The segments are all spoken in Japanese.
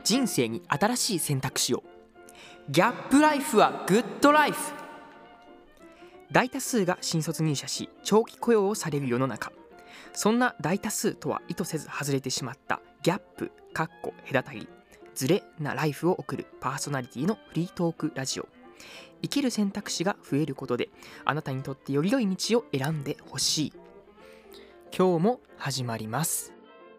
人生に新しい選択肢を。ギャップライフはグッドライフ。大多数が新卒入社し長期雇用をされる世の中、そんな大多数とは意図せず外れてしまったギャップ隔たりズレなライフを送るパーソナリティのフリートークラジオ。生きる選択肢が増えることであなたにとってより良い道を選んでほしい。今日も始まります。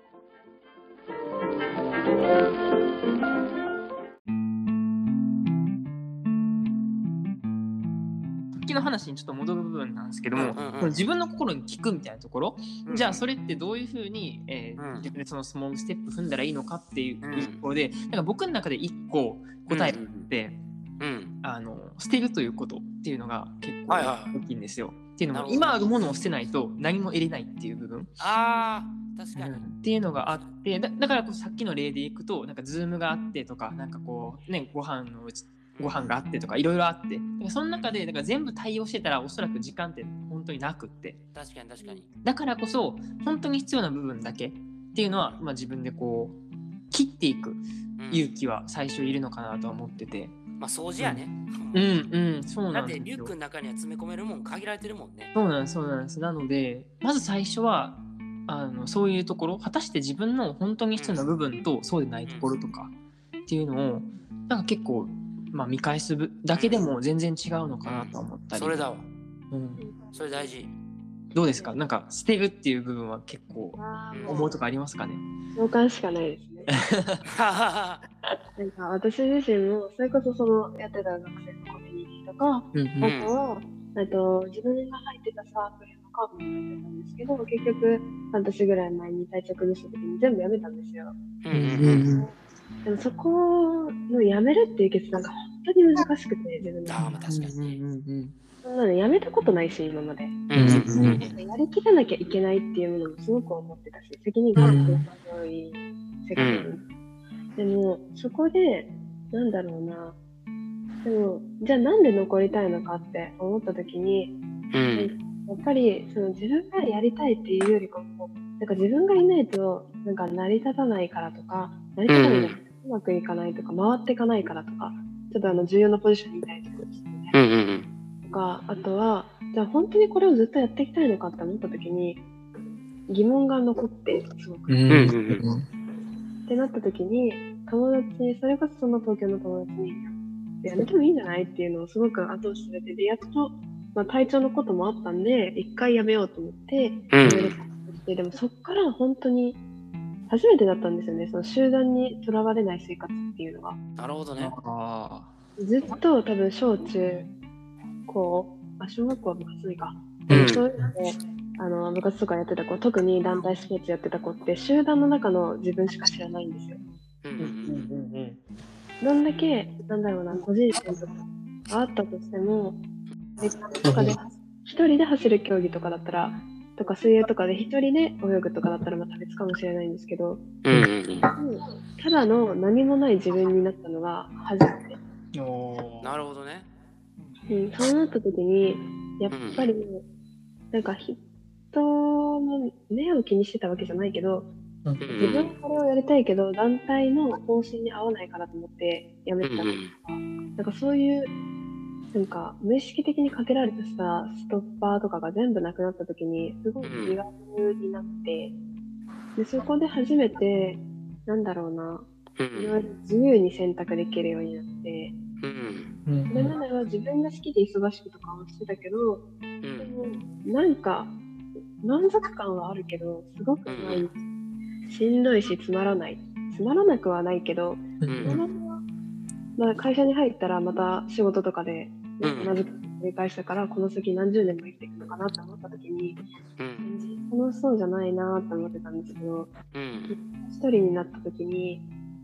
さっきの話にちょっと戻る部分なんですけども、自分の心に聞くみたいなところ、じゃあそれってどういうふうに、自分でそのスモールステップ踏んだらいいのかっていうところで、なんか僕の中で一個答えがあって、捨てるということっていうのが結構大きいんですよ。っていうのも今あるものを捨てないと何も得れないっていう部分。 確かに、 っていうのがあって、だからこうさっきの例でいくと、なんかズームがあってとか、なんかこうね、ご飯があってとかいろいろあって、その中でだから全部対応してたらおそらく時間って本当になくって、 確かにだからこそ本当に必要な部分だけっていうのは、自分でこう切っていく勇気は最初いるのかなとは思ってて、 掃除やね。 そうなんですよ。 だってリュックの中には詰め込めるもん限られてるもんね。 そうなんです。なのでまず最初はそういうところ、果たして自分の本当に必要な部分とそうでないところとかっていうのをなんか結構、見返すだけでも全然違うのかなと思ったり、 それだわ、それ大事。 どうですか？なんか捨てるっていう部分は結構思うとかありますかね？ 共感しかないですね。なんか私自身もそれこそそのやってた学生のコミュニティとか、あとは自分が入ってたサークルのカープもやってたんですけど、結局半年ぐらい前に体調崩した時に全部やめたんですよ。でもそこのやめるっていう決断が本当に難しくて、自分で。 確かに。 そんなのやめたことないし、今まで。やりきらなきゃいけないっていうものもすごく思ってたし、責任があるという世界でも、そこで、なんだろうな。でも、じゃあなんで残りたいのかって思ったときに、やっぱりその自分がやりたいっていうよりかも、なんか自分がいないとなんか成り立たないからとか、成り立たないからうまくいかないとか、回っていかないからとか、ちょっと重要なポジションにいたいとかですね。とか、あとは、じゃあ本当にこれをずっとやっていきたいのかって思ったときに、疑問が残って、すごく。ってなったときに、友達に、それこそその東京の友達に、やめてもいいんじゃないっていうのをすごく後押しされて、で、やっと、体調のこともあったんで、一回やめようと思って、やめることして、でもそっから本当に初めてだったんですよね、その集団にとらわれない生活っていうのが。 なるほどね。 ずっと多分小中高、小学校は部活ないか。そういうので、部活とかやってた子、特に団体スポーツやってた子って集団の中の自分しか知らないんですよ。どんだけ、なんだろうな、個人戦とかあったとしても、とかで一人で走る競技とかだったら、とか水泳とかで一人で泳ぐとかだったら別かもしれないんですけど、ただの何もない自分になったのが初めて。 なるほどね。 そうなった時に、やっぱり、なんか人の目を気にしてたわけじゃないけど、自分はこれをやりたいけど、団体の方針に合わないからと思ってやめたとか、なんかそういう、なんか無意識的にかけられたさ、ストッパーとかが全部なくなった時に、すごい気軽になって、で、そこで初めて、なんだろうな、いろいろ自由に選択できるようになって、それまでは自分が好きで忙しくとかはしてたけど、でもなんか満足感はあるけど、すごくないしんどいしつまらなくはないけど、会社に入ったらまた仕事とかで同じこと繰り返したから、この先何十年も生きていくのかなって思った時に、楽しそうじゃないなって思ってたんですけど、一人になった時に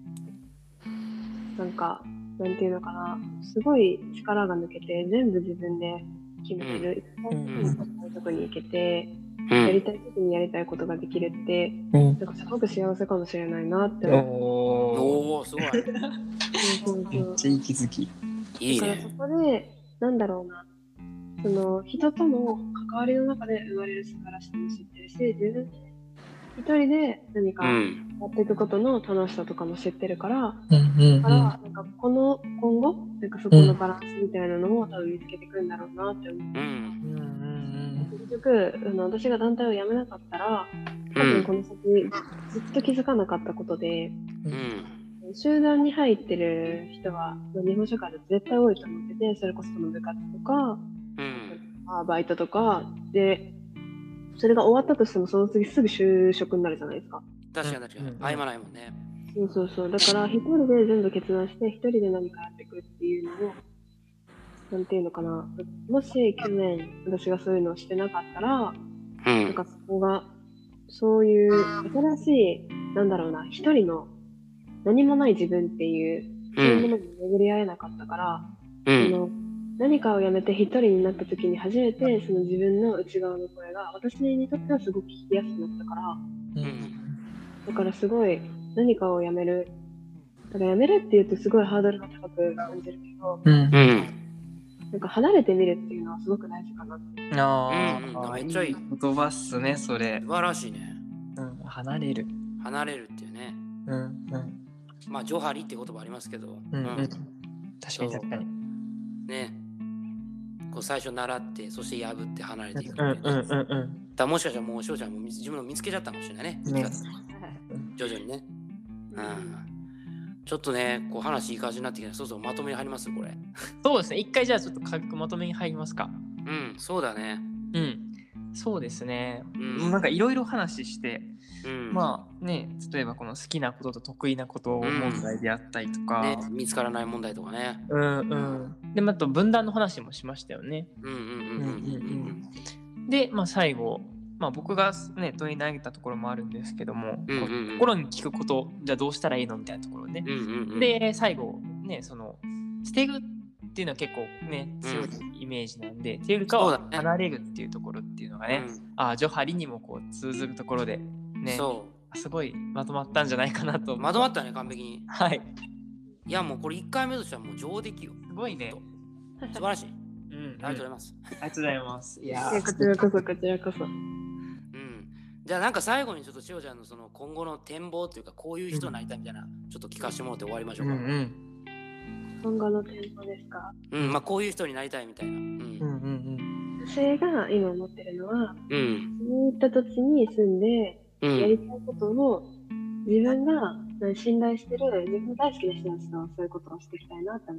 なんかなんていうのかな、すごい力が抜けて全部自分で決める、とこに行けて、やりたい時にやりたいことができるって、なんかすごく幸せかもしれないなって思って。すごい。 めっちゃいい気づき。 いいね。 だからそこで、なんだろうな、その人との関わりの中で生まれる素晴らしさも知ってるし、自分で一人で何かやうん。 っていくことの楽しさとかも知ってるから、 うんだからなんか今後なんかそこのバランスみたいなのを多分見つけていくんだろうなって思う。 うん。 結局私が団体を辞めなかったら多分この先ずっと気づかなかったことで、 うん。 集団に入ってる人は日本社会で絶対多いと思ってて、それこそその部活とかうん。 バイトとかで、それが終わったとしてもその次すぐ就職になるじゃないですか。 確かに確かに。合間ないもんね。 そうだから一人で全部決断して一人で何かやっていくっていうのをなんていうのかな、もし去年私がそういうのをしてなかったら、なんかそこがそういう新しいなんだろうな、一人の何もない自分っていうそういうものに巡り合えなかったから、その何かをやめて一人になった時に初めてその自分の内側の声が私にとってはすごく聞きやすくなったから、だからすごい何かをやめる、だからやめるって言うとすごいハードルが高く感じるけど、なんか離れてみるっていうのはすごく大事かなって。 めっちゃいい言葉っすね、それ。 素晴らしいね。 離れるっていうね。まあジョハリって言葉ありますけど、 確かにね、こう最初習ってそして破って離れていく。だもしかしたらもう翔ちゃんも自分の見つけちゃったかもしれないね。徐々にね。ちょっとね、こう話いい感じになってきて、そうそうまとめに入りますこれ。 そうですね。一回じゃあちょっと軽くまとめに入りますか。 そうだね。 そうですね。なんかいろいろ話して、まあね、例えばこの好きなことと得意なこと問題であったりとか、 見つからない問題とかね。 で、あと分断の話もしましたよね。で、まあ最後、まあ僕がね、問い投げたところもあるんですけども、心に聞くこと、じゃあどうしたらいいのみたいなところね。で、最後、ね、その、捨てるっていうのは結構ね、強いイメージなんで、っていうよりかは離れるっていうところっていうのがね、ジョハリにもこう通ずるところで、ね、すごいまとまったんじゃないかなと。 まとまったね、完璧に。 はい。 いや、もうこれ1回目としてはもう上出来よ。 すごいね。 素晴らしい。ありがとうございます。 ありがとうございます。いや、 こちらこそ。 じゃあなんか最後にちょっとしおちゃんのその今後の展望というかこういう人になりたいみたいなちょっと聞かせてもらって終わりましょうか。 今後の展望ですか。 まあこういう人になりたいみたいな。 私が今思ってるのは、そういった土地に住んでやりたいことを自分が信頼してる自分の大好きな人たちとそういうことをしていきたいなと思って、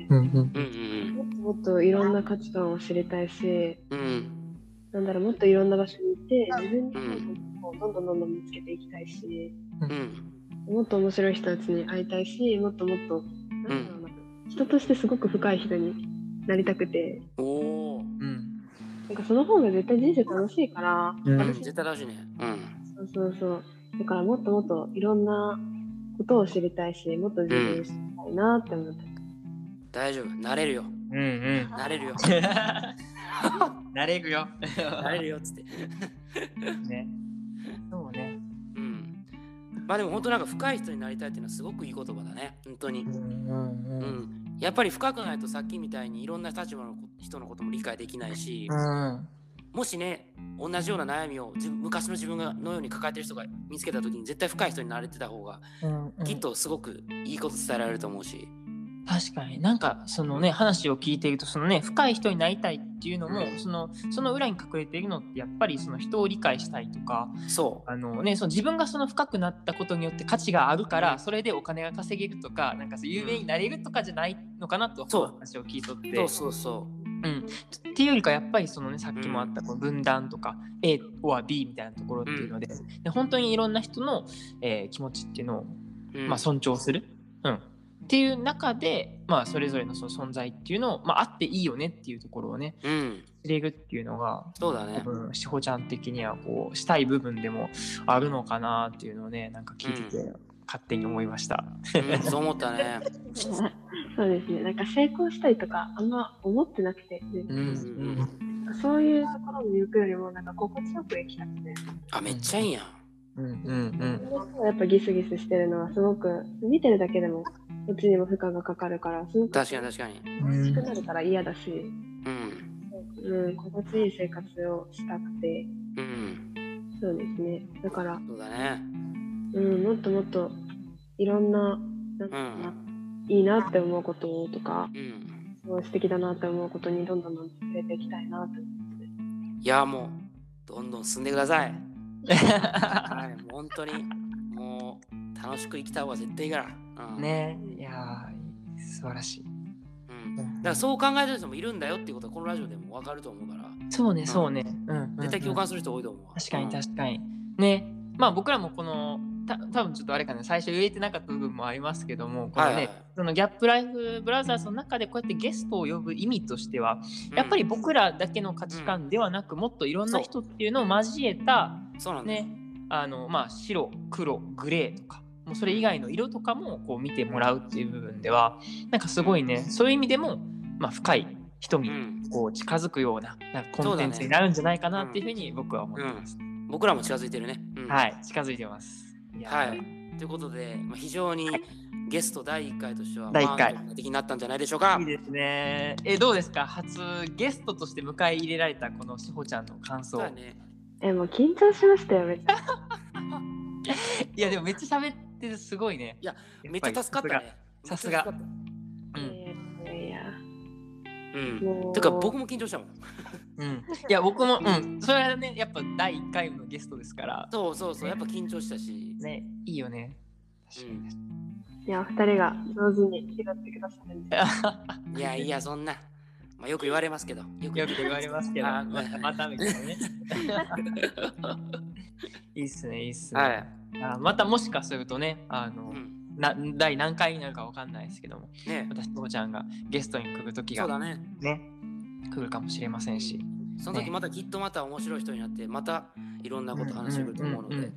もっともっといろんな価値観を知りたいし、なんだろう、もっといろんな場所に行って自分にどんどん見つけていきたいし、もっと面白い人たちに会いたいし、もっともっと人としてすごく深い人になりたくて、なんかその方が絶対人生楽しいから、 絶対楽しいね。 そうだからもっともっといろんなことを知りたいし、もっと自分を知りたいなって思って。 大丈夫、なれるよ。なれるよ。 なれるよ。 なれるよっつって。 ね。そうね。 まあでも本当なんか深い人になりたいっていうのはすごくいい言葉だね。本当に。やっぱり深くないとさっきみたいにいろんな立場の人のことも理解できないし、もしね、同じような悩みを昔の自分のように抱えてる人が見つけた時に絶対深い人になれてた方が、きっとすごくいいこと伝えられると思うし。 確かになんかそのね話を聞いているとそのね深い人になりたいっていうのもその裏に隠れているのってやっぱりその人を理解したいとか、その自分がその深くなったことによって価値があるからそれでお金が稼げるとかなんか有名になれるとかじゃないのかなと話を聞いとって、っていうよりかやっぱりそのねさっきもあったこの分断とか A or B みたいなところっていうので、本当にいろんな人の、気持ちっていうのを、尊重する。っていう中で、それぞれのその存在っていうのを、あっていいよねっていうところをね、知れるっていうのが、 そうだね。 しほちゃん的にはこうしたい部分でもあるのかなっていうのをね、なんか聞いてて勝手に思いました。 そう思ったね。 そうですね。なんか成功したいとかあんま思ってなくて、そういうところに行くよりもなんか心地よく生きたくて。 めっちゃいいやん。 やっぱギスギスしてるのはすごく見てるだけでもこっちにも負荷がかかるからすごく確かに欲しくなるから嫌だし、心地いい生活をしたくて、 そうですね。だから、 そうだね。 もっともっといろんな、なんだろうな、いいなって思うこととか、すごい素敵だなって思うことにどんどん触れていきたいなって思いますね。 いや、もうどんどん進んでください。はい、もう本当にもう楽しく生きた方が絶対いいから。 ね、いや素晴らしい。 だからそう考えてる人もいるんだよっていうことはこのラジオでも分かると思うから。 そうね。 絶対共感する人多いと思う。 確かに。ね、まあ僕らもこの多分ちょっとあれかね、最初言えてなかった部分もありますけども、このね、そのギャップライフブラザーズの中でこうやってゲストを呼ぶ意味としては、やっぱり僕らだけの価値観ではなく、もっといろんな人っていうのを交えた、ね、白、黒、グレーとか、もうそれ以外の色とかもこう見てもらうっていう部分では、なんかすごいね、そういう意味でも、深い人にこう近づくような、コンテンツになるんじゃないかなっていうふうに僕は思ってます。 僕らも近づいてるね。 はい、近づいてます。 はい。ということで、非常にゲスト第1回としては第1回的になったんじゃないでしょうか。 いいですね。どうですか、初ゲストとして迎え入れられたこのしほちゃんの感想。 もう緊張しましたよ、めっちゃ。 いやでもめっちゃ喋ってる、すごいね。 いや、めっちゃ助かったね。 さすが。 てか僕も緊張したもん。 いや僕もそれはね、やっぱ第1回のゲストですから。 そうやっぱ緊張したしね、いいよね。 いや、2人が上手に拾ってくださるんで。 いやそんな、よく言われますけど。 よく言われますけど。またみたいなね。いいっすね。またもしかするとね、第何回になるかわかんないですけども、私しほちゃんがゲストに来る時がね来るかもしれませんし、 その時またきっとまた面白い人になってまたいろんなこと話してくると思うので、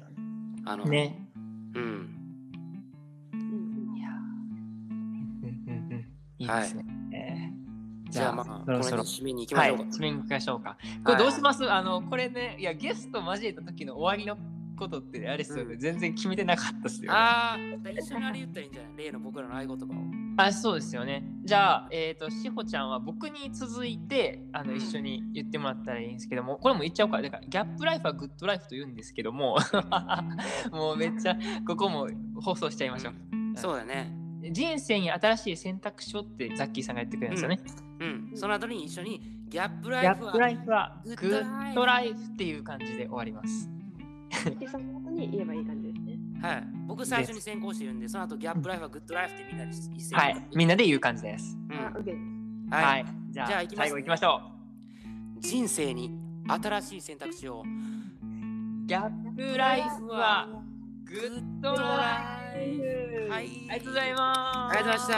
いいですね。 じゃあそろそろ締めに行きましょうか。 締めに行きましょうか。これどうします？これね、いやゲスト交えた時の終わりのことってあれですよね、全然決めてなかったっすよね。 一緒にあれ言ったらいいんじゃない？例の僕らの合言葉を。 そうですよね。じゃあしほちゃんは僕に続いて一緒に言ってもらったらいいんですけども、これも言っちゃおうか。だからギャップライフはグッドライフと言うんですけどももうめっちゃここも放送しちゃいましょう。 そうだね。 人生に新しい選択肢をってザッキーさんが言ってくれるんですよね。 その後に一緒にギャップライフはグッドライフっていう感じで終わります。 その後に言えばいい感じですね。 はい。僕最初に先行して言うんで、その後ギャップライフはグッドライフってみんなで一斉に。 はい。みんなで言う感じです。 はい。 じゃあ最後行きましょう。人生に新しい選択肢を。 ギャップライフはグッドライフ。はい。ありがとうございます。 ありがとうございました。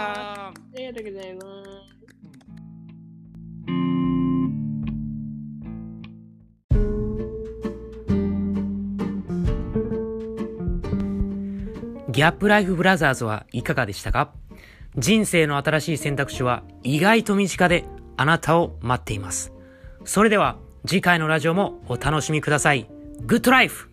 ありがとうございます。 ギャップライフブラザーズはいかがでしたか？人生の新しい選択肢は意外と身近であなたを待っています。それでは次回のラジオもお楽しみください。グッドライフ！